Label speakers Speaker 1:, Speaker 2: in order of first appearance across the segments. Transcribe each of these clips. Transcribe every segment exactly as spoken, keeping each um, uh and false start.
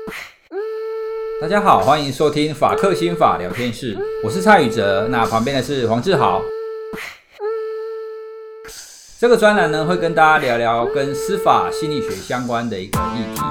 Speaker 1: 大家好，欢迎收听法克心法聊天室，我是蔡宇哲，那旁边的是黄志豪。这个专栏呢，会跟大家聊聊跟司法心理学相关的一个议题。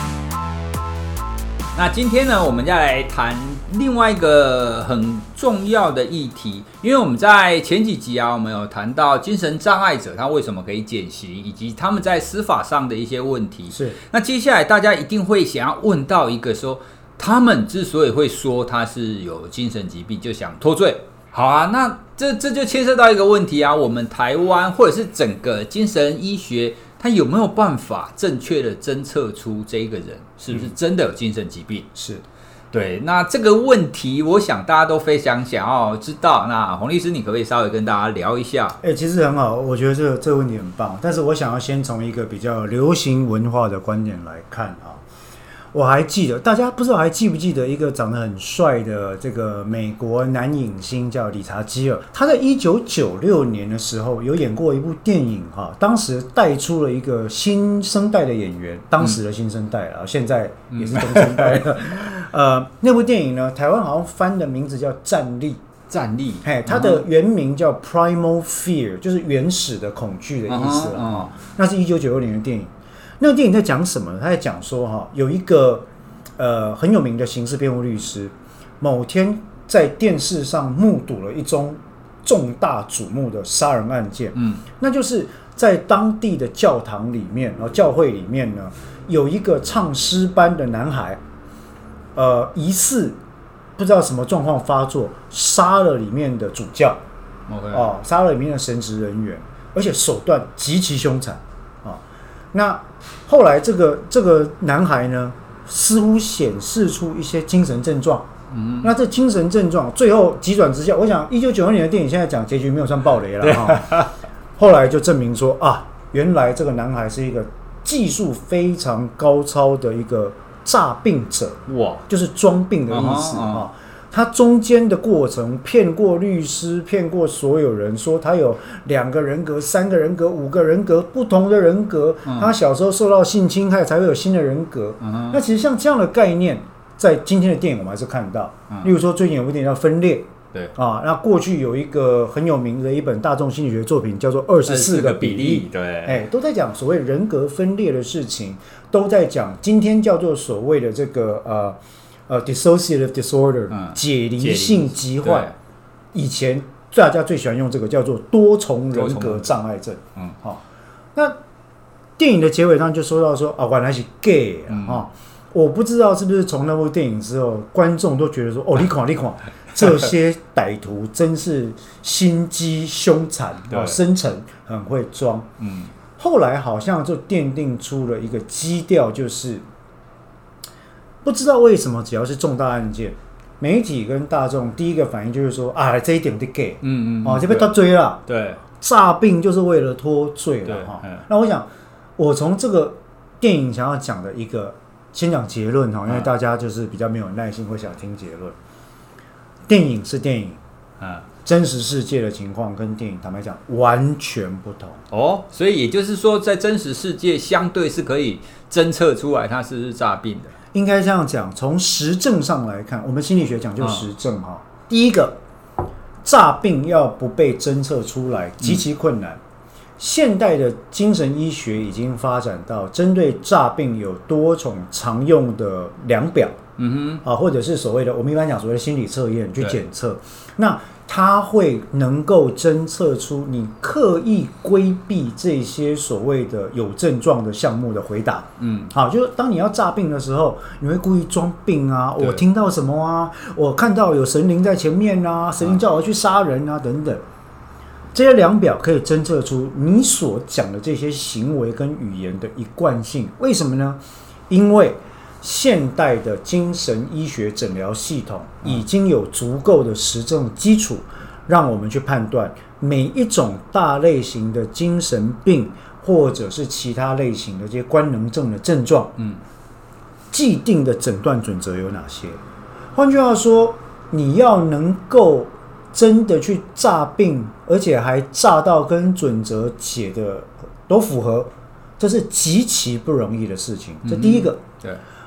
Speaker 1: 那今天呢，我们要来谈另外一个很重要的议题，因为我们在前几集啊，我们有谈到精神障碍者他为什么可以减刑，以及他们在司法上的一些问题。
Speaker 2: 是。那
Speaker 1: 接下来大家一定会想要问到一个说，他们之所以会说他是有精神疾病，就想脱罪。好啊，那这这就牵涉到一个问题啊，我们台湾或者是整个精神医学，他有没有办法正确的侦测出这个人是不是真的有精神疾病？
Speaker 2: 嗯、是，
Speaker 1: 对。那这个问题，我想大家都非常想要知道。那洪律师，你可不可以稍微跟大家聊一下？
Speaker 2: 哎、欸，其实很好，我觉得这个这个问题很棒。但是我想要先从一个比较流行文化的观点来看啊。我还记得，大家不知道还记不记得一个长得很帅的这个美国男影星叫理查基尔，他在一九九六年的时候有演过一部电影哈，当时带出了一个新生代的演员，当时的新生代啊、嗯，现在也是中生代了。嗯、呃，那部电影呢，台湾好像翻的名字叫《战栗》。
Speaker 1: 战栗，
Speaker 2: 嘿，它的原名叫 Primal Fear， 就是原始的恐惧的意思了、嗯嗯、那是一九九六年的电影。那个电影在讲什么呢？他在讲说哈，有一个呃很有名的刑事辩护律师，某天在电视上目睹了一宗重大瞩目的杀人案件。嗯，那就是在当地的教堂里面，然后教会里面呢，有一个唱诗班的男孩，呃，疑似不知道什么状况发作，杀了里面的主教，哦、okay. 呃，杀了里面的神职人员，而且手段极其凶残。那后来这个这个男孩呢，似乎显示出一些精神症状。嗯，那这精神症状最后急转直下，我想一九九二年的电影现在讲结局没有算爆雷了哈。后来就证明说啊，原来这个男孩是一个技术非常高超的一个诈病者，哇，就是装病的意思啊。他中间的过程骗过律师，骗过所有人，说他有两个人格、三个人格、五个人格，不同的人格。嗯、他小时候受到性侵害，才会有新的人格。嗯、那其实像这样的概念，在今天的电影我们还是看到。嗯、例如说，最近有一部电影叫《分裂》。对啊，那过去有一个很有名的一本大众心理学作品，叫做《二十四个比例》。对，哎，都在讲所谓人格分裂的事情，都在讲今天叫做所谓的这个呃。呃 ，dissociative disorder，、嗯、解离性疾患，以前大家最喜欢用这个叫做多重人格障碍症。嗯，好、哦，那电影的结尾上就说到说啊，原来是 gay 啊、嗯哦，我不知道是不是从那部电影之后，观众都觉得说，哦，你看你看，这些歹徒真是心机凶残，哦，深沉，很会装。嗯，后来好像就奠定出了一个基调，就是。不知道为什么，只要是重大案件，媒体跟大众第一个反应就是说啊，这一点就给，嗯嗯，哦，就被他追了，对，诈病就是为了脱罪了哈。那我想，我从这个电影想要讲的一个，先讲结论哈，因为大家就是比较没有耐心，会想听结论。电影是电影，啊，真实世界的情况跟电影坦白讲完全不同
Speaker 1: 哦，所以也就是说，在真实世界相对是可以侦测出来他是不是诈病的。
Speaker 2: 应该这样讲，从实证上来看，我们心理学讲究实证哈、嗯。第一个，诈病要不被侦测出来极其困难。嗯、现代的精神医学已经发展到针对诈病有多种常用的量表，嗯哼，啊，或者是所谓的我们一般讲所谓的心理测验去检测。那它会能够侦测出你刻意规避这些所谓的有症状的项目的回答。嗯，好，就是当你要诈病的时候，你会故意装病啊，我听到什么啊，我看到有神灵在前面啊，神灵叫我去杀人啊，等等。这些量表可以侦测出你所讲的这些行为跟语言的一贯性。为什么呢？因为现代的精神医学诊疗系统已经有足够的实证基础，让我们去判断每一种大类型的精神病或者是其他类型的这些官能症的症状，嗯，既定的诊断准则有哪些。换句话说，你要能够真的去诈病，而且还诈到跟准则写的都符合，这是极其不容易的事情。这第一个。嗯、对。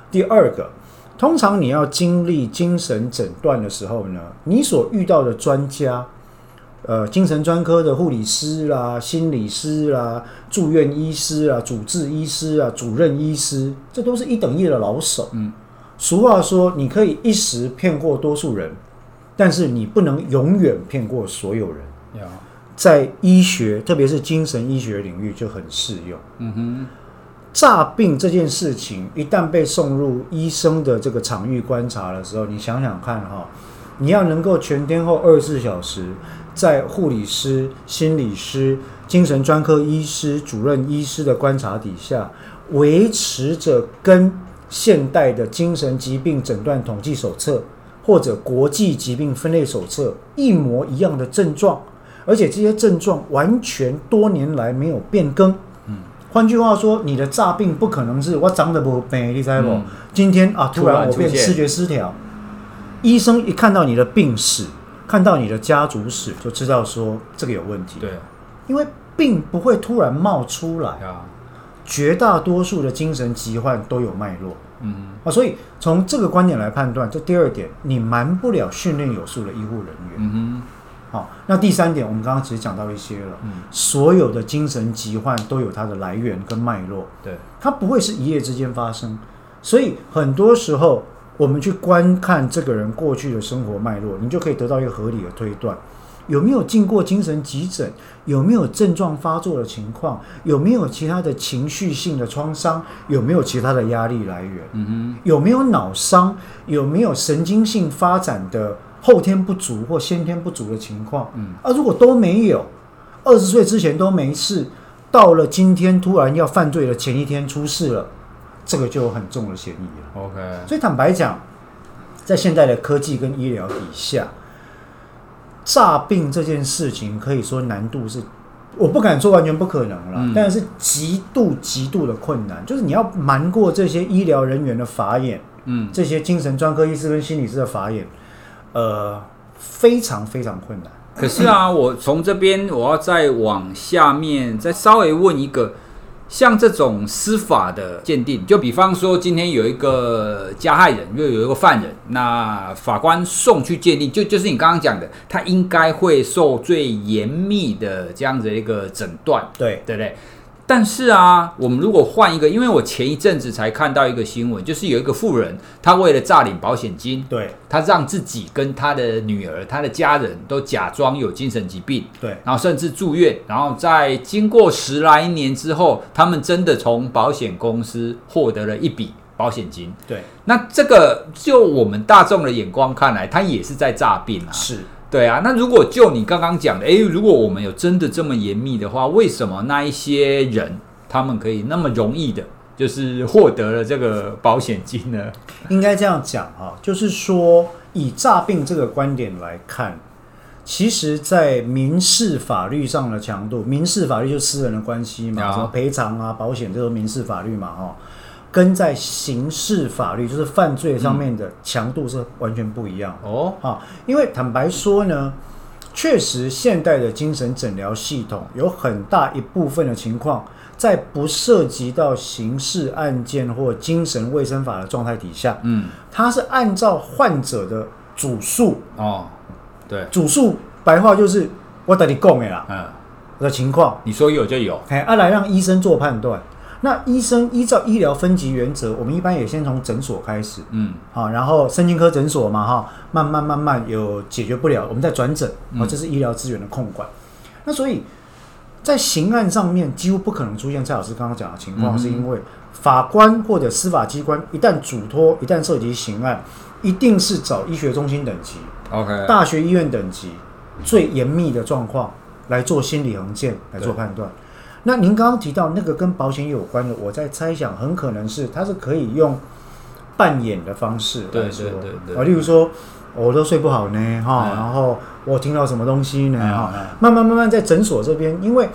Speaker 2: 第二个，通常你要经历精神诊断的时候呢，你所遇到的专家，呃，精神专科的护理师啦、心理师啦、住院医师啊、主治医师啊、主任医师，这都是一等一的老手。嗯，俗话说，你可以一时骗过多数人，但是你不能永远骗过所有人。在医学，特别是精神医学领域就很适用。嗯哼，诈病这件事情一旦被送入医生的这个场域观察的时候，你想想看哈，你要能够全天候二十四小时，在护理师、心理师、精神专科医师、主任医师的观察底下，维持着跟现代的精神疾病诊断统计手册或者国际疾病分类手册一模一样的症状。而且这些症状完全多年来没有变更。嗯，换句话说，你的诈病不可能是我长得不美，你知道不？嗯、今天啊，突然我变视觉失调，医生一看到你的病史，看到你的家族史，就知道说这个有问题。
Speaker 1: 对，
Speaker 2: 因为病不会突然冒出来啊，绝大多数的精神疾患都有脉络。嗯啊，所以从这个观点来判断，这第二点，你瞒不了训练有素的医护人员。嗯哼。好，那第三点，我们刚刚其实讲到一些了。嗯，所有的精神疾患都有它的来源跟脉络，对，它不会是一夜之间发生。所以很多时候，我们去观看这个人过去的生活脉络，你就可以得到一个合理的推断：有没有进过精神急诊？有没有症状发作的情况？有没有其他的情绪性的创伤？有没有其他的压力来源？嗯哼，有没有脑伤？有没有神经性发展的后天不足或先天不足的情况？嗯，啊，如果都没有，二十岁之前都没事，到了今天突然要犯罪的前一天出事了，这个就有很重的嫌疑了。OK， 所以坦白讲，在现代的科技跟医疗底下，诈病这件事情可以说难度是，我不敢说完全不可能了，嗯、但是极度极度的困难，就是你要瞒过这些医疗人员的法眼，嗯，这些精神专科医师跟心理师的法眼。呃，非常非常困难。
Speaker 1: 可是啊，我从这边我要再往下面再稍微问一个，像这种司法的鉴定，就比方说今天有一个加害人，又有一个犯人，那法官送去鉴定，就就是你刚刚讲的，他应该会受最严密的这样子的一个诊断，
Speaker 2: 对
Speaker 1: 对不对？但是啊，我们如果换一个，因为我前一阵子才看到一个新闻，就是有一个妇人，她为了诈领保险金，
Speaker 2: 对，
Speaker 1: 她让自己跟她的女儿、她的家人都假装有精神疾病，
Speaker 2: 对，
Speaker 1: 然后甚至住院，然后在经过十来年之后，他们真的从保险公司获得了一笔保险金，
Speaker 2: 对，
Speaker 1: 那这个就我们大众的眼光看来，他也是在诈病啊，
Speaker 2: 是。
Speaker 1: 对啊，那如果就你刚刚讲的，诶，如果我们有真的这么严密的话，为什么那一些人他们可以那么容易的，就是获得了这个保险金呢？
Speaker 2: 应该这样讲啊，就是说以诈病这个观点来看，其实在民事法律上的强度，民事法律就私人的关系嘛，什么赔偿啊、保险，这都民事法律嘛，哈。跟在刑事法律，就是犯罪上面的强度是完全不一样的哦。啊，因为坦白说呢，确实现代的精神诊疗系统有很大一部分的情况，在不涉及到刑事案件或精神卫生法的状态底下，嗯，它是按照患者的主诉
Speaker 1: 哦，对，
Speaker 2: 主诉白话就是我跟你讲的啦，嗯，的情况，
Speaker 1: 你说有就有，
Speaker 2: 哎，啊，来让医生做判断。那医生依照医疗分级原则，我们一般也先从诊所开始，嗯，好，然后神经科诊所嘛，哈，慢慢慢慢有解决不了，我们再转诊，啊，这是医疗资源的控管。那所以在刑案上面几乎不可能出现蔡老师刚刚讲的情况，嗯、是因为法官或者司法机关一旦嘱托，一旦涉及刑案，一定是找医学中心等级
Speaker 1: ，OK，
Speaker 2: 大学医院等级最严密的状况来做心理衡鉴，来做判断。那您刚刚提到那个跟保险有关的，我在猜想很可能是它是可以用扮演的方式来说，对对对对，例如说我都睡不好呢，哈、嗯，然后我听到什么东西呢，哈、嗯，慢慢慢慢在诊所这边，因为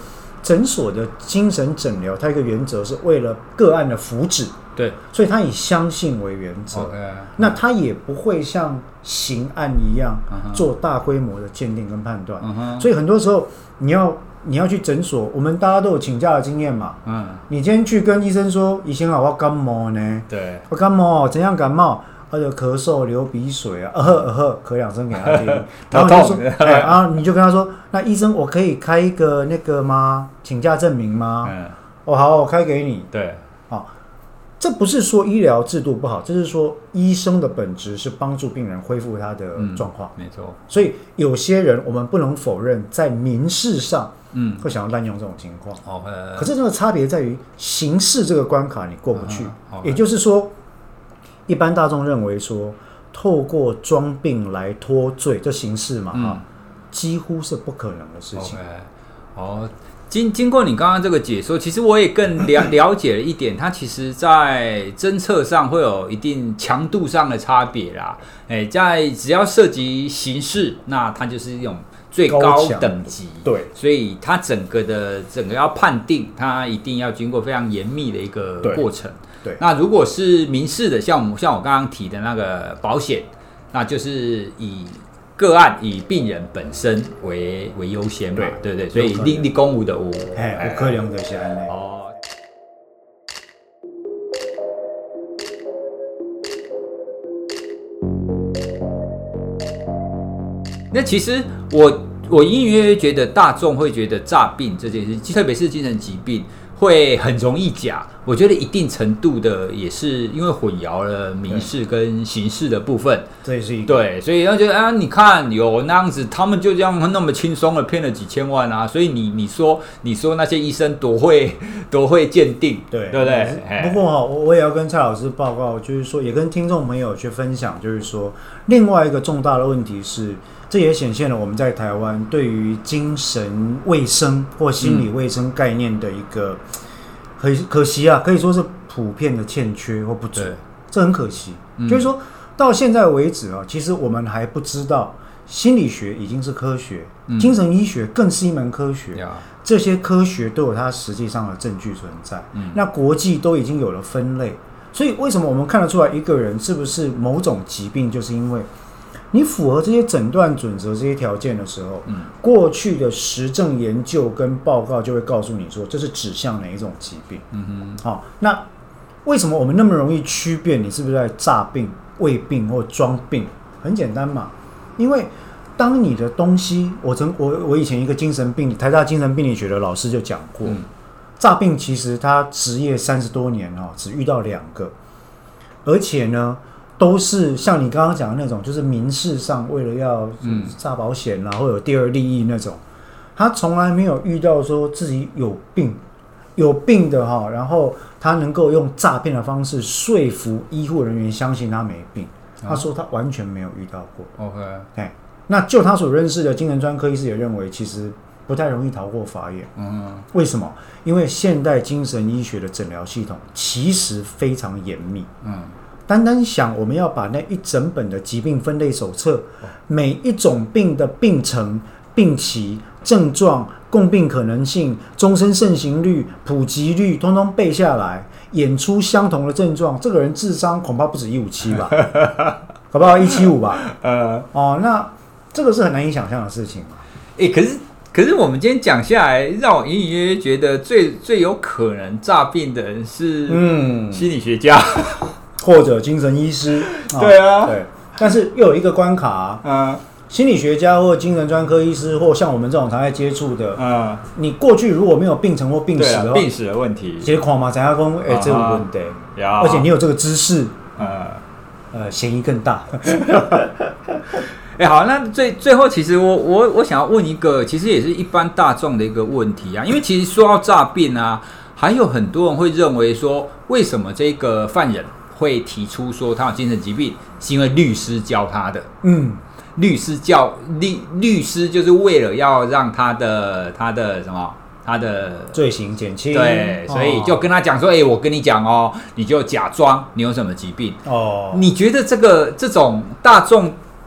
Speaker 2: 诊所的精神诊疗，它一个原则是为了个案的福祉，
Speaker 1: 对，
Speaker 2: 所以它以相信为原则。
Speaker 1: Okay.
Speaker 2: 那它也不会像刑案一样做大规模的鉴定跟判断。Uh-huh. 所以很多时候你要你要去诊所，我们大家都有请假的经验嘛。嗯，你今天去跟医生说，医生啊，我感冒呢，
Speaker 1: 对，
Speaker 2: 我感冒，怎样感冒？他就咳嗽、流鼻水啊，呃呵呃呵，咳两声给他听，然后就说，哎啊，你就跟他说，那医生，我可以开一个那个吗？请假证明吗？嗯，哦，好，我开给你。
Speaker 1: 对，
Speaker 2: 好，这不是说医疗制度不好，这是说医生的本质是帮助病人恢复他的状况。
Speaker 1: 嗯，没错。
Speaker 2: 所以有些人我们不能否认，在民事上，嗯，会想要滥用这种情况。哦，呃，可是这个差别在于刑事这个关卡你过不去，嗯，也就是说。一般大众认为说，透过装病来脱罪，这刑事嘛，嗯，几乎是不可能的事情。
Speaker 1: Okay. 哦，经经过你刚刚这个解说，其实我也更了了解了一点，它其实在侦测上会有一定强度上的差别啦。哎，在只要涉及刑事，那它就是一种最高等级，
Speaker 2: 对，
Speaker 1: 所以它整个的整个要判定，它一定要经过非常严密的一个过程。
Speaker 2: 对，
Speaker 1: 那如果是民事的，像我像我刚刚提的那个保险，那就是以个案以病人本身为为优先嘛，对对不对？所以立立公务的务，
Speaker 2: 哎，有可能就是安尼。哦。
Speaker 1: 那其实我我隐隐约约觉得大众会觉得诈病这件事，特别是精神疾病。会很容易假，我觉得一定程度的也是因为混淆了民事跟刑事的部分，
Speaker 2: 这也是一个
Speaker 1: 对，所以他觉得啊，你看有那样子，他们就这样那么轻松的骗了几千万啊，所以你你说你说那些医生多会多会鉴定，
Speaker 2: 对
Speaker 1: 对不对？
Speaker 2: 不过哈，我也要跟蔡老师报告，就是说也跟听众朋友去分享，就是说另外一个重大的问题是。这也显现了我们在台湾对于精神卫生或心理卫生概念的一个可可惜啊，可以说是普遍的欠缺或不足，这很可惜。嗯、就是说到现在为止啊，其实我们还不知道心理学已经是科学，嗯、精神医学更是一门科学，嗯、这些科学都有它实际上的证据存在。嗯、那国际都已经有了分类，所以为什么我们看得出来一个人是不是某种疾病，就是因为你符合这些诊断准则、这些条件的时候，嗯、过去的实证研究跟报告就会告诉你说，这是指向哪一种疾病。嗯哼，好、哦，那为什么我们那么容易区辨你是不是在诈病、伪病或装病？很简单嘛，因为当你的东西，我曾我我以前一个精神病台大精神病理学的老师就讲过，嗯、诈病其实他职业三十多年哈、哦，只遇到两个，而且呢。都是像你刚刚讲的那种，就是民事上为了要诈保险啦，或者有第二利益那种，他从来没有遇到说自己有病，有病的哈，然后他能够用诈骗的方式说服医护人员相信他没病。他说他完全没有遇到过。OK， 哎，那就他所认识的精神专科医师也认为，其实不太容易逃过法眼。嗯，为什么？因为现代精神医学的诊疗系统其实非常严密。嗯。单单想我们要把那一整本的疾病分类手册，每一种病的病程、病期、症状、共病可能性、终身盛行率、普及率，通通背下来，演出相同的症状，这个人智商恐怕不止一五七吧，搞不好一七五吧。呃，哦，那这个是很难以想象的事情。
Speaker 1: 哎、欸，可是可是我们今天讲下来，让我隐隐约约觉得最最有可能诈病的人是嗯心理学家。
Speaker 2: 或者精神医师，
Speaker 1: 对啊，
Speaker 2: 对，但是又有一个关卡、啊，嗯，心理学家或精神专科医师，或像我们这种常在接触的，嗯，你过去如果没有病程或病史的话，
Speaker 1: 病史的问题，
Speaker 2: 其实看嘛，才要讲，哎，这有问题，而且你有这个知识，呃，呃，嫌疑更大。
Speaker 1: 哎、欸，好，那最最后，其实我我我想要问一个，其实也是一般大众的一个问题啊，因为其实说到诈病啊，还有很多人会认为说，为什么这个犯人会提出说他有精神疾病，是因为律师教他的。嗯，律师教律律师就是为了要让他的他的什么他的
Speaker 2: 罪行减轻。
Speaker 1: 对，所以就跟他讲说，哎、欸，我跟你讲哦，你就假装你有什么疾病。哦，你觉得这个这种大众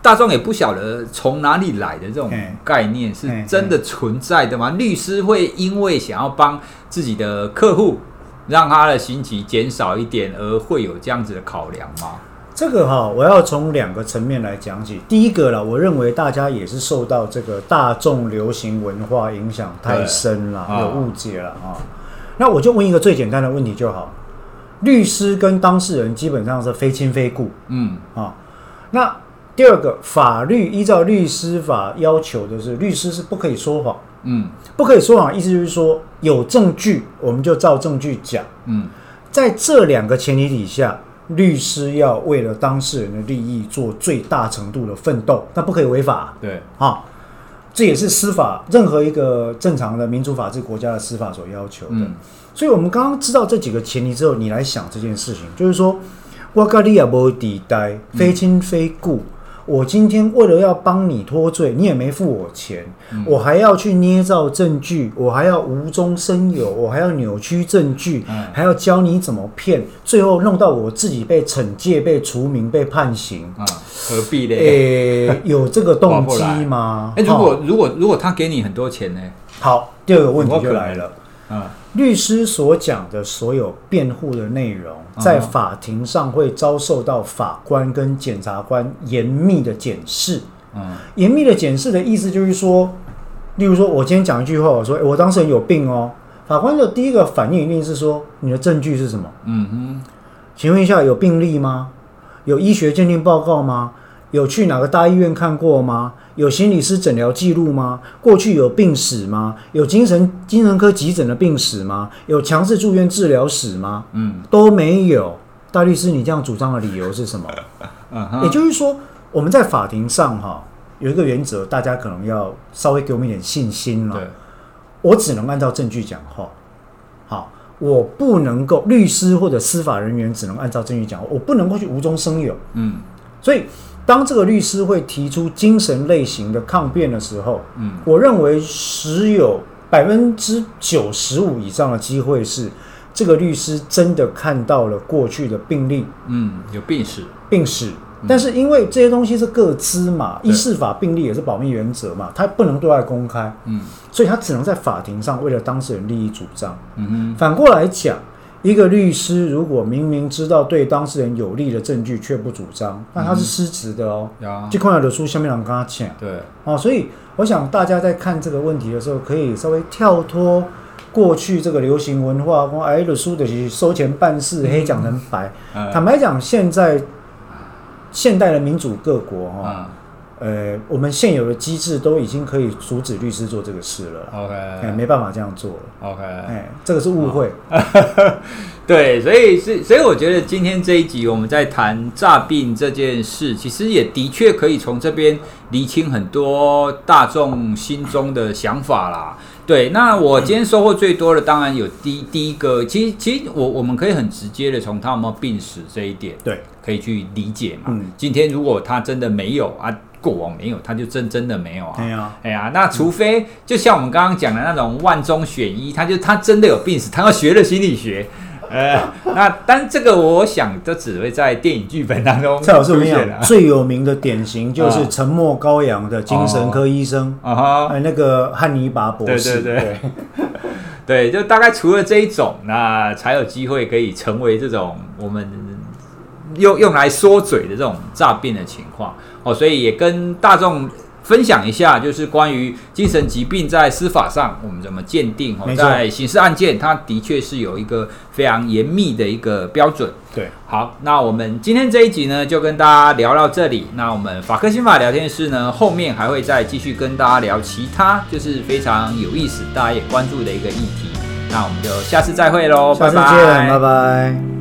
Speaker 1: 大众也不晓得从哪里来的这种概念是真的存在的吗？律师会因为想要帮自己的客户让他的刑期减少一点，而会有这样子的考量吗？
Speaker 2: 这个哈，我要从两个层面来讲起。第一个啦，我认为大家也是受到这个大众流行文化影响太深了，有误解了啊。那我就问一个最简单的问题就好：律师跟当事人基本上是非亲非故，嗯啊。那第二个，法律依照律师法要求的是，律师是不可以说谎，嗯，不可以说谎，意思就是说有证据我们就照证据讲，嗯，在这两个前提底下。律师要为了当事人的利益做最大程度的奋斗，那不可以违法。
Speaker 1: 对，
Speaker 2: 啊，这也是司法任何一个正常的民主法治国家的司法所要求的。嗯、所以，我们刚刚知道这几个前提之后，你来想这件事情，就是说，我跟你也没抵待，非亲非故。嗯我今天为了要帮你脱罪，你也没付我钱，嗯、我还要去捏造证据，我还要无中生有，我还要扭曲证据，嗯、还要教你怎么骗，最后弄到我自己被惩戒、被除名、被判刑，
Speaker 1: 嗯、何必呢？
Speaker 2: 欸、有这个动机吗？
Speaker 1: 欸、如果如果如果他给你很多钱呢？
Speaker 2: 好，第二个问题就来了。嗯、律师所讲的所有辩护的内容，在法庭上会遭受到法官跟检察官严密的检视。嗯，严密的检视的意思就是说，例如说，我今天讲一句话，我说、欸、我当事人有病哦，法官的第一个反应一定是说，你的证据是什么？嗯哼，请问一下，有病历吗？有医学鉴定报告吗？有去哪个大医院看过吗？有心理师诊疗记录吗？过去有病史吗？有精神精神科急诊的病史吗？有强制住院治疗史吗？嗯，都没有。大律师，你这样主张的理由是什么？uh-huh. 也就是说，我们在法庭上哈有一个原则，大家可能要稍微给我们一点信心了。我只能按照证据讲话。好，我不能够律师或者司法人员只能按照证据讲话，我不能够去无中生有。嗯，所以。当这个律师会提出精神类型的抗辩的时候，嗯，我认为十有百分之九十五以上的机会是，这个律师真的看到了过去的病历，
Speaker 1: 嗯，有病史，
Speaker 2: 病史。嗯、但是因为这些东西是个资嘛，医事法病历也是保密原则嘛，它不能对外公开，嗯，所以他只能在法庭上为了当事人利益主张。嗯哼，反过来讲。一个律师如果明明知道对当事人有利的证据却不主张，那他是失职的哦。就看到的书下面人跟他讲，
Speaker 1: 对
Speaker 2: 哦，所以我想大家在看这个问题的时候，可以稍微跳脱过去这个流行文化，说哎，的书就是收钱办事，黑讲成白。嗯、坦白讲，现在现代的民主各国哈。嗯呃，我们现有的机制都已经可以阻止律师做这个事了。OK，、欸、没办法这样做了。OK， 哎、欸，这个是误会。
Speaker 1: 对，所以是，所以我觉得今天这一集我们在谈诈病这件事，其实也的确可以从这边厘清很多大众心中的想法啦。对，那我今天收获最多的，当然有第第一个，其实其实我我们可以很直接的从他有没有病史这一点，
Speaker 2: 对，
Speaker 1: 可以去理解嘛。嗯、今天如果他真的没有啊。过往没有，他就真真的没有啊！哎呀，哎呀，那除非、嗯、就像我们刚刚讲的那种万中选一，他就他真的有病史，他要学了心理学，呃，那但这个我想都只会在电影剧本当中出现了。
Speaker 2: 最有名的典型就是《沉默羔羊》的精神科医生啊，哦、哎，那个汉尼拔博士，
Speaker 1: 对对对，对, 对，就大概除了这一种，那才有机会可以成为这种我们用用来说嘴的这种诈病的情况。哦，所以也跟大众分享一下，就是关于精神疾病在司法上我们怎么鉴定。哦，在刑事案件，它的确是有一个非常严密的一个标准。
Speaker 2: 对，
Speaker 1: 好，那我们今天这一集呢，就跟大家聊到这里。那我们法科心法聊天室呢，后面还会再继续跟大家聊其他，就是非常有意思、大家也关注的一个议题。那我们就下次再会喽，
Speaker 2: 拜拜，拜拜。